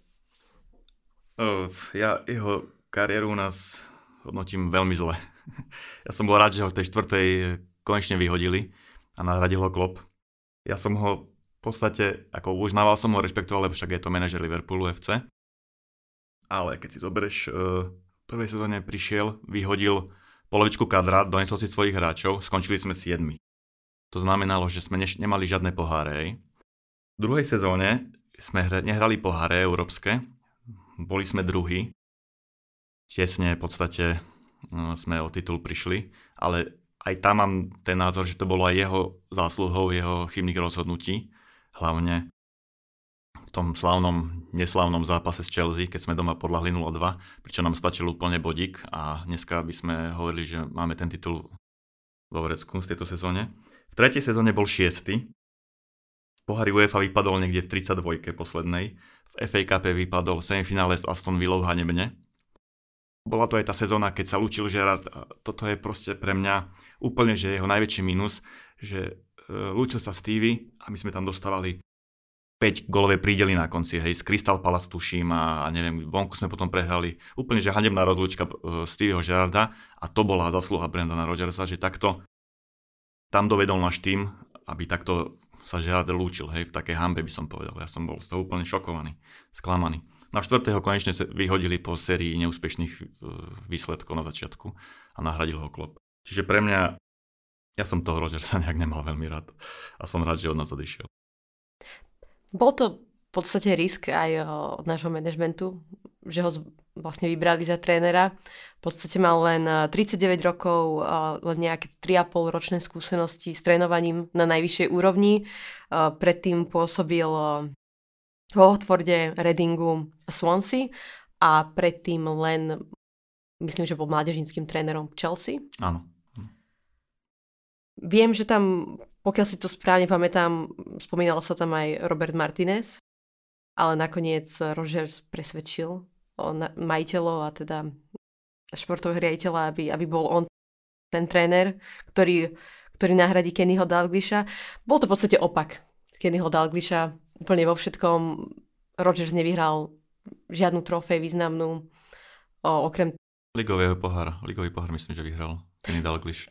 Ja jeho kariéru u nás hodnotím veľmi zle. Ja som bol rád, že ho v tej štvrtej konečne vyhodili a nahradil ho Klopp. Ja som ho v podstate, ako uznával som ho, rešpektoval, lebo však je to manažer Liverpoolu FC. Ale keď si zoberieš, v prvej sezóne prišiel, vyhodil polovičku kadra, donesol si svojich hráčov, skončili sme 7. To znamenalo, že sme nemali žiadne poháre. V druhej sezóne sme nehrali poháre európske, boli sme druhí. Tesne v podstate sme o titul prišli, ale aj tam mám ten názor, že to bolo aj jeho zásluhou, jeho chybných rozhodnutí, hlavne v tom neslávnom zápase s Chelsea, keď sme doma podľahli 0-2, pričom nám stačil úplne bodík a dneska by sme hovorili, že máme ten titul vo vrecku z tejto sezóne. V tretej sezóne bol 6. V pohári UEFA vypadol niekde v 32. poslednej. V FA Cupe vypadol v semifinále s Aston Villou hanebne. Bola to aj tá sezóna, keď sa lúčil Gerrard. Toto je proste pre mňa úplne, že jeho najväčší minus, že lúčil sa Stevie a my sme tam dostávali 5 gólové prídely na konci, hej, z Crystal Palace tuším a neviem, vonku sme potom prehrali. Úplne, že hanebná rozlúčka Stevieho Gerrarda a to bola zasluha Brendana Rodgersa, že takto tam dovedol náš tým, aby takto sa Gerrard lúčil, hej, v takej hanbe by som povedal. Ja som bol z toho úplne šokovaný, sklamaný. Na 4. konečne vyhodili po sérii neúspešných výsledkov na začiatku a nahradil ho Klopp. Čiže pre mňa, ja som toho Rodgersa nejak nemal veľmi rád a som rád, že od nás odišiel. Bol to v podstate risk aj od nášho manažmentu, že ho vlastne vybrali za trénera. V podstate mal len 39 rokov, len nejaké 3,5 ročné skúsenosti s trénovaním na najvyššej úrovni. Predtým pôsobil v Watforde, Readingu a Swansea a predtým len, myslím, že bol mládežníckym trénerom Chelsea. Áno. Viem, že tam, pokiaľ si to správne pamätám, spomínal sa tam aj Robert Martinez, ale nakoniec Rodgers presvedčil majiteľov a teda športového riaditeľa, aby bol on ten tréner, ktorý nahradí Kennyho Dalglisha. Bol to v podstate opak Kennyho Dalglisha úplne vo všetkom. Rodgers nevyhral žiadnu trofej významnú, okrem... Ligový pohár myslím, že vyhral Kenny Dalglish.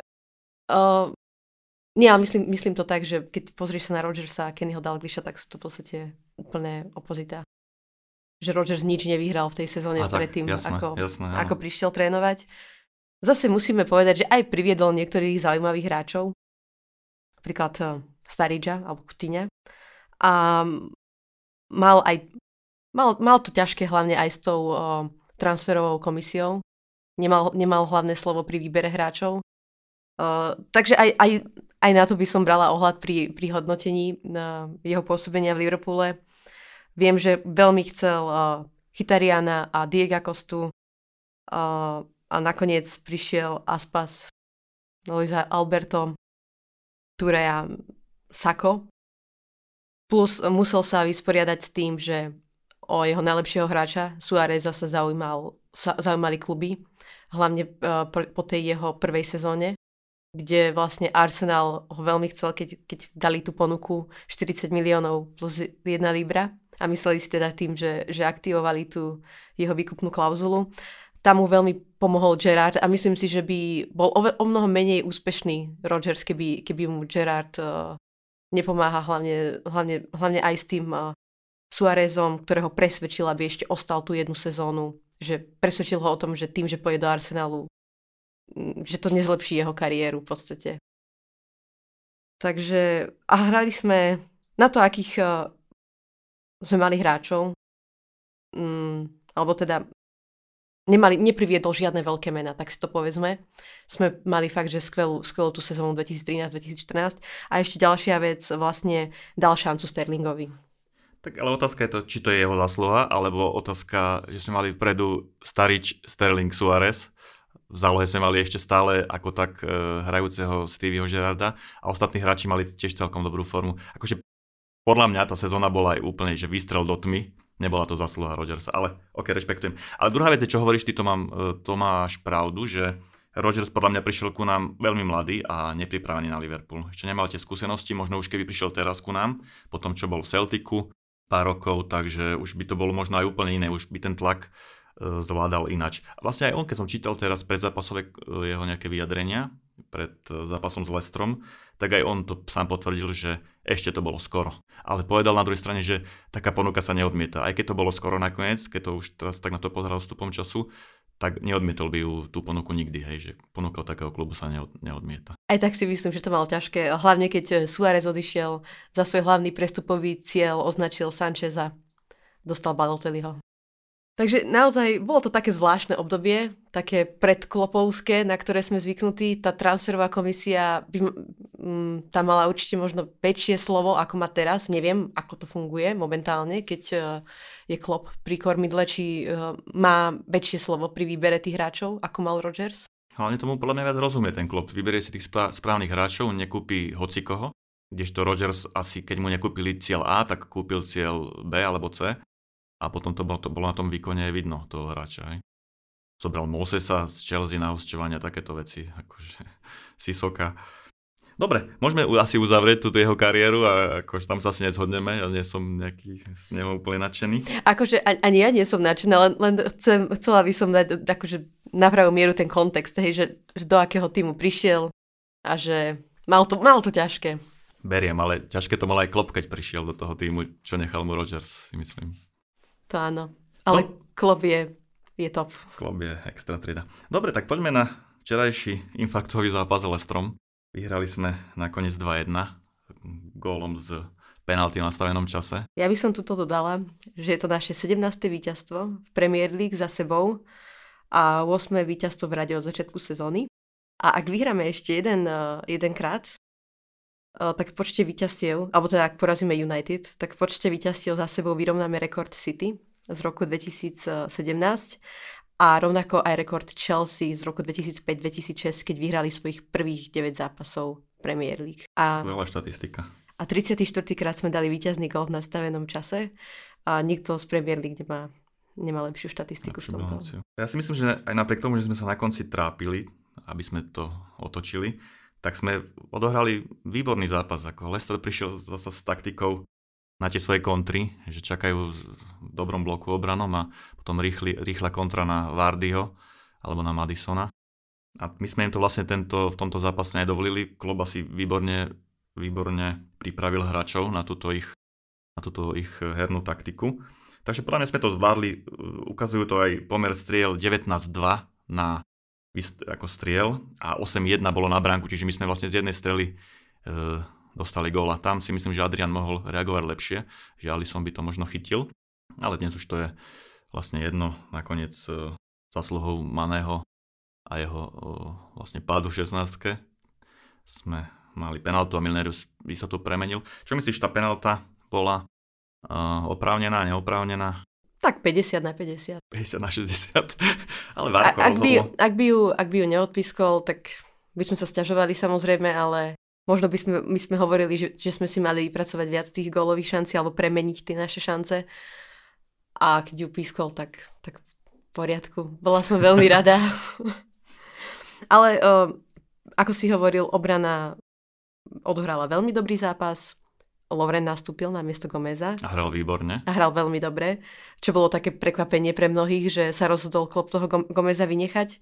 Nie, ale myslím to tak, že keď pozrieš sa na Rodgersa a Kennyho Dalglisha, tak sú to v podstate úplne opozita. Že Rodgers nič nevyhral v tej sezóne predtým, ako prišiel trénovať. Zase musíme povedať, že aj priviedol niektorých zaujímavých hráčov, napríklad Sturridgea alebo Coutinha. A mal to ťažké hlavne aj s tou transferovou komisiou. Nemal hlavné slovo pri výbere hráčov. Takže aj na to by som brala ohľad pri hodnotení jeho pôsobenia v Liverpoole. Viem, že veľmi chcel Mkhitarjana a Diego Costu a nakoniec prišiel Aspas, Luis Alberto, Touré a Sako. Plus musel sa vysporiadať s tým, že o jeho najlepšieho hráča Suáreza sa zaujímali kluby, hlavne po tej jeho prvej sezóne, kde vlastne Arsenal ho veľmi chcel, keď dali tú ponuku 40 miliónov plus 1 libra a mysleli si teda tým, že aktivovali tú jeho výkupnú klauzulu. Tam mu veľmi pomohol Gerrard a myslím si, že by bol o mnoho menej úspešný Rodgers, keby mu Gerrard nepomáha hlavne aj s tým Suárezom, ktorého presvedčil, aby ešte ostal tú jednu sezónu. Že presvedčil ho o tom, že tým, že pôjde do Arsenalu, že to nezlepší jeho kariéru v podstate. Takže a hrali sme na to, akých sme mali hráčov, alebo teda nepriviedol žiadne veľké mená, tak si to povedzme. Sme mali fakt, že skvelú tú sezónu 2013-2014 a ešte ďalšia vec, vlastne dal šancu Sterlingovi. Tak ale otázka je to, či to je jeho zasluha, alebo otázka, že sme mali vpredu Sturridge, Sterling, Suárez. V zálohe sme mali ešte stále ako tak hrajúceho Stevieho Gerrarda a ostatní hráči mali tiež celkom dobrú formu. Akože podľa mňa tá sezóna bola aj úplne, že výstrel do tmy. Nebola to zasluha Rodgersa, ale rešpektujem. Ale druhá vec je, čo hovoríš ty, to máš pravdu, že Rodgers podľa mňa prišiel ku nám veľmi mladý a nepripravený na Liverpool. Ešte nemal tie skúsenosti, možno už keby prišiel teraz ku nám, po tom, čo bol v Celticu pár rokov, takže už by to bolo možno aj úplne iné, už by ten tlak zvládal inač. Vlastne aj on, keď som čítal teraz predzápasové jeho nejaké vyjadrenia pred zápasom s Leicesterom, tak aj on to sám potvrdil, že ešte to bolo skoro. Ale povedal na druhej strane, že taká ponuka sa neodmieta. Aj keď to bolo skoro nakoniec, keď to už teraz tak na to pozeral vstupom času, tak neodmietol by ju tú ponuku nikdy, hej, že ponuka od takého klubu sa neodmieta. Aj tak si myslím, že to malo ťažké, hlavne keď Suárez odišiel za svoj hlavný prestupový cieľ, označil Sancheza, dostal Balotelliho. Takže naozaj bolo to také zvláštne obdobie, také predklopovské, na ktoré sme zvyknutí. Tá transferová komisia tam mala určite možno väčšie slovo, ako má teraz. Neviem, ako to funguje momentálne, keď je Klopp pri kormidle, či má väčšie slovo pri výbere tých hráčov, ako mal Rodgers. Hlavne tomu podľa mňa viac rozumie ten Klopp. Vyberie si tých správnych hráčov, nekúpi hocikoho, kdežto Rodgers asi, keď mu nekúpili cieľ A, tak kúpil cieľ B alebo C. A potom to bolo na tom výkone aj vidno toho hráča. Aj. Zobral Mosesa z Chelsea na hosťovania, takéto veci, akože Sissoka. Dobre, môžeme asi uzavrieť túto jeho kariéru a akože tam sa asi nezhodneme, ja nie som nejaký z neho úplne nadšený. Akože ani ja nie som nadšená, len chcela by som dať akože na pravú mieru ten kontext, hej, že do akého týmu prišiel a že mal to ťažké. Beriem, ale ťažké to mal aj Klopp, keď prišiel do toho týmu, čo nechal mu Rodgers, si myslím. To áno, ale Klopp je top. Klopp je extra trida. Dobre, tak poďme na včerajší infarktový zápas s Leicesterom. Vyhrali sme nakoniec 2-1 gólom z penalty v nastavenom čase. Ja by som tuto dodala, že je to naše 17. víťazstvo v Premier League za sebou a 8. víťazstvo v rade od začiatku sezóny. A ak vyhráme ešte jedenkrát, tak v počte víťazstiev, alebo teda ak porazíme United, tak v počte víťazstiev za sebou vyrovnáme rekord City z roku 2017 a rovnako aj rekord Chelsea z roku 2005-2006, keď vyhrali svojich prvých 9 zápasov Premier League. Veľa štatistika. A 34. krát sme dali víťazný gól v nastavenom čase a nikto z Premier League nemá lepšiu štatistiku v tomto. Ja si myslím, že aj napriek tomu, že sme sa na konci trápili, aby sme to otočili, tak sme odohrali výborný zápas. Ako Leicester prišiel zasa s taktikou na tie svoje kontry, že čakajú v dobrom bloku obranom a potom rýchla kontra na Vardyho alebo na Madisona. A my sme im to vlastne v tomto zápase nedovolili. Klopp asi výborne pripravil hráčov na túto ich hernú taktiku. Takže podľa mňa sme to zvládli. Ukazujú to aj pomer striel 19-2 na ako striel a 8-1 bolo na bránku, čiže my sme vlastne z jednej strely dostali gól a tam si myslím, že Adrian mohol reagovať lepšie, že Alisson by to možno chytil, ale dnes už to je vlastne jedno, nakoniec zasluhou Maného a jeho vlastne pádu v 16. sme mali penaltu a Milner by sa to premenil. Čo myslíš, tá penalta bola oprávnená, neoprávnená? Tak 50/50. 50/60, ale Várko rozhodlo. Ak by ju neodpískol, tak by sme sa sťažovali samozrejme, ale možno my sme hovorili, že sme si mali vypracovať viac tých gólových šancí alebo premeniť tie naše šance. A keď ju pískol, tak v poriadku. Bola som veľmi rada. Ale ako si hovoril, obrana odohrala veľmi dobrý zápas. Lovren nastúpil na miesto Gomeza. A hral výborne. A hral veľmi dobre, čo bolo také prekvapenie pre mnohých, že sa rozhodol Klopp toho Gomeza vynechať.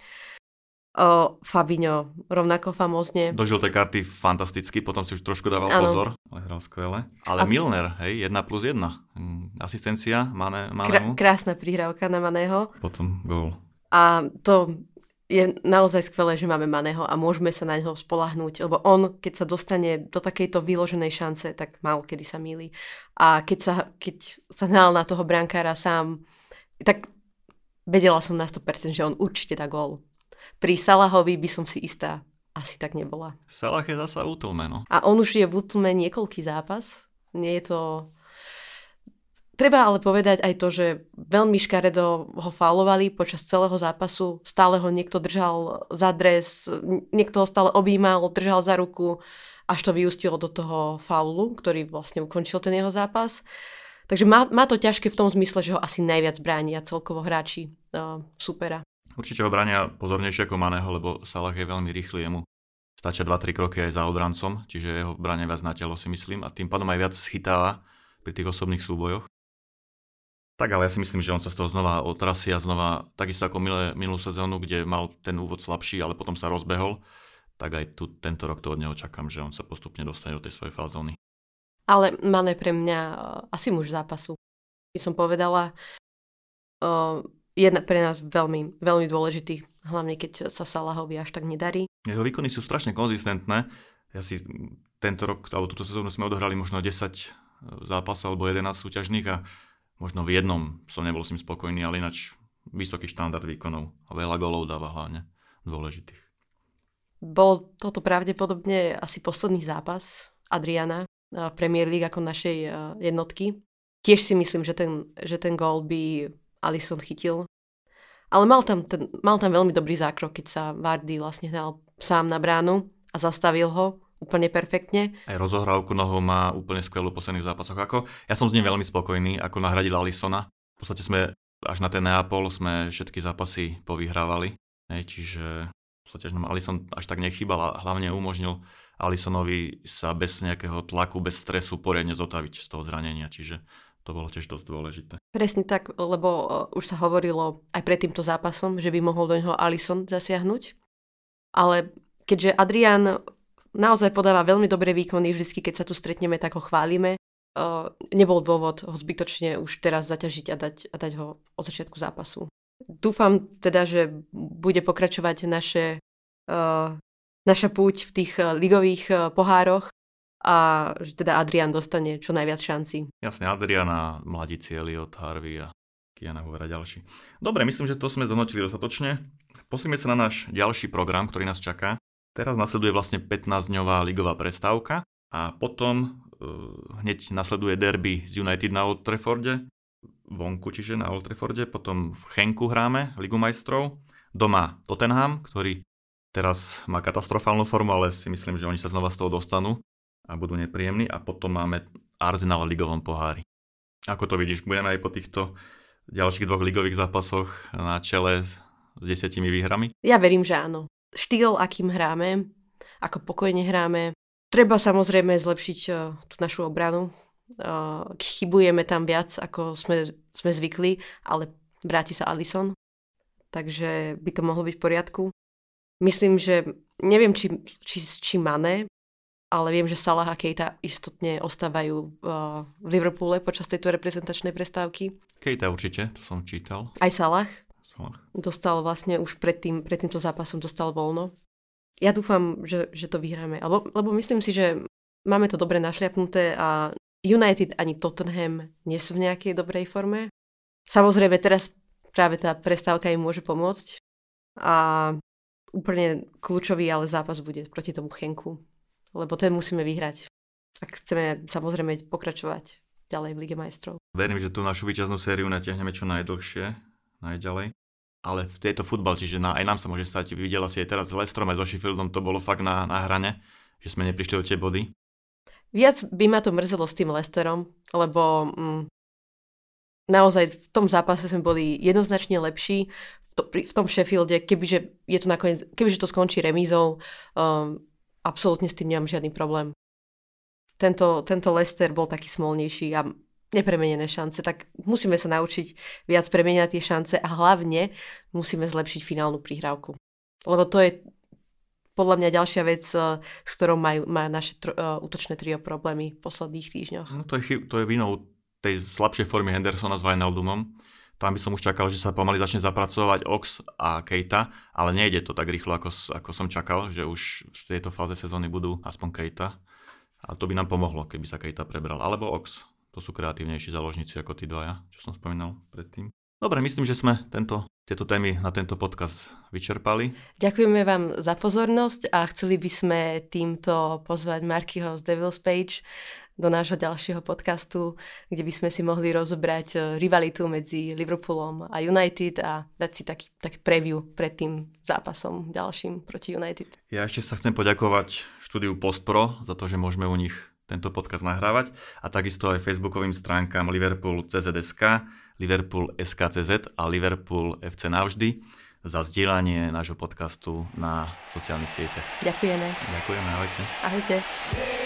Fabinho rovnako famózne. Do žltej karty fantasticky, potom si už trošku dával pozor, ale hral skvele. Ale Milner, hej, 1+1. Asistencia Manému. Krásna prihrávka na Maného. Potom gól. A to je naozaj skvelé, že máme Maného a môžeme sa na neho spoľahnúť, lebo on, keď sa dostane do takejto vyloženej šance, tak málo kedy sa mýli. A keď sa hnal na toho brankára sám, tak vedela som na 100%, že on určite dá gól. Pri Salahovi by som si istá, asi tak nebola. Salah je zasa v útlme, no. A on už je v útlme niekoľký zápas. Nie je to... Treba ale povedať aj to, že veľmi škaredo ho faulovali počas celého zápasu. Stále ho niekto držal za dres, niekto ho stále objímal, držal za ruku, až to vyústilo do toho faulu, ktorý vlastne ukončil ten jeho zápas. Takže má to ťažké v tom zmysle, že ho asi najviac bránia celkovo hráči supera. Určite ho bránia pozornejšie ako Maného, lebo Salah je veľmi rýchly, jemu stačia 2-3 kroky aj za obrancom, čiže jeho bránia viac na telo, si myslím, a tým pádom aj viac schytáva pri tých osobných súbojoch. Tak ale ja si myslím, že on sa z toho znova otrasie a znova, takisto ako minulú sezónu, kde mal ten úvod slabší, ale potom sa rozbehol, tak aj tento rok to od neho čakám, že on sa postupne dostane do tej svojej fázóny. Ale Mané pre mňa asi muž zápasu. By som povedala, je pre nás veľmi, veľmi dôležitý, hlavne keď sa Salahovi až tak nedarí. Jeho výkony sú strašne konzistentné. Ja si tento rok, alebo túto sezónu sme odohrali možno 10 zápasov alebo 11 súťažných a možno v jednom som nebol s ním spokojný, ale ináč vysoký štandard výkonov a veľa gólov dáva hlavne dôležitých. Bol toto pravdepodobne asi posledný zápas Adriana Premier League ako našej jednotky. Tiež si myslím, že ten gól by Alisson chytil. Ale mal tam veľmi dobrý zákrok, keď sa Vardy vlastne hnal sám na bránu a zastavil ho úplne perfektne. Aj rozohrávku nohou má úplne skvelú v posledných zápasoch. Ja som s ním veľmi spokojný, ako nahradil Alissona. V podstate sme až na ten Neapol sme všetky zápasy povyhrávali. Čiže v podstate nám Alisson až tak nechýbal a hlavne umožnil Alissonovi sa bez nejakého tlaku, bez stresu poriadne zotaviť z toho zranenia. Čiže to bolo tiež dosť dôležité. Presne tak, lebo už sa hovorilo aj pred týmto zápasom, že by mohol do neho Alisson zasiahnuť. Ale keďže Adrian naozaj podáva veľmi dobré výkony, vždycky keď sa tu stretneme, tak ho chválime. Nebol dôvod ho zbytočne už teraz zaťažiť a dať ho od začiatku zápasu. Dúfam teda, že bude pokračovať naša púť v tých ligových pohároch a že teda Adrian dostane čo najviac šancí. Jasne, Adrian a mladíci Elliot, Harvey a Kiana Hoover a ďalší. Dobre, myslím, že to sme zhodnotili dostatočne. Posuňme sa na náš ďalší program, ktorý nás čaká. Teraz nasleduje vlastne 15-dňová ligová prestávka a potom hneď nasleduje derby z United na Old Trafforde, vonku, čiže na Old Trafforde, potom v Henku hráme Ligu majstrov, doma Tottenham, ktorý teraz má katastrofálnu formu, ale si myslím, že oni sa znova z toho dostanú a budú nepríjemní a potom máme Arsenal v ligovom pohári. Ako to vidíš, budeme aj po týchto ďalších 2 ligových zápasoch na čele s 10 výhrami? Ja verím, že áno. Štýl, akým hráme, ako pokojne hráme. Treba samozrejme zlepšiť tú našu obranu. Chybujeme tam viac, ako sme zvykli, ale vráti sa Alisson, takže by to mohlo byť v poriadku. Myslím, že neviem, či Mané, ale viem, že Salah a Keita istotne ostávajú v Liverpoole počas tejto reprezentačnej prestávky. Keita určite, to som čítal. Aj Salah. Dostal vlastne už pred týmto zápasom dostal voľno. Ja dúfam, že to vyhráme. Lebo myslím si, že máme to dobre našliapnuté a United ani Tottenham nie sú v nejakej dobrej forme. Samozrejme, teraz práve tá prestávka im môže pomôcť. A úplne kľúčový ale zápas bude proti tomu Chenku, lebo ten musíme vyhrať, ak chceme samozrejme pokračovať ďalej v Lige majstrov. Verím, že tú našu víťaznú sériu natiahneme čo najdlhšie, najďalej. Ale v tejto futbal, čiže aj nám sa môže stať, videla si aj teraz s Leicesterom aj so Sheffieldom, to bolo fakt na hrane, že sme neprišli o tie body. Viac by ma to mrzelo s tým Leicesterom, lebo naozaj v tom zápase sme boli jednoznačne lepší. V tom Sheffielde, kebyže to skončí remízou, absolútne s tým nemám žiadny problém. Tento Leicester bol taký smolnejší a nepremenené šance, tak musíme sa naučiť viac premeniať tie šance a hlavne musíme zlepšiť finálnu prihrávku. Lebo to je podľa mňa ďalšia vec, s ktorou má naše útočné trio problémy v posledných týždňoch. No to je vinou tej slabšej formy Hendersona s Wijnaldumom. Tam by som už čakal, že sa pomaly začne zapracovať Ox a Keita, ale nejde to tak rýchlo, ako som čakal, že už v tejto fáze sezóny budú aspoň Keita. A to by nám pomohlo, keby sa Keita prebral. Alebo Ox. To sú kreatívnejší záložníci ako tí dvaja, čo som spomínal predtým. Dobre, myslím, že sme tieto témy na tento podcast vyčerpali. Ďakujeme vám za pozornosť a chceli by sme týmto pozvať Markyho z Devil's Page do nášho ďalšieho podcastu, kde by sme si mohli rozobrať rivalitu medzi Liverpoolom a United a dať si taký preview pred tým zápasom ďalším proti United. Ja ešte sa chcem poďakovať štúdiu Postpro za to, že môžeme u nich tento podcast nahrávať a takisto aj facebookovým stránkam Liverpool CZSK, Liverpool SKCZ a Liverpool FC navždy za zdieľanie nášho podcastu na sociálnych sieťach. Ďakujeme. Ďakujeme, ahojte. Ahojte.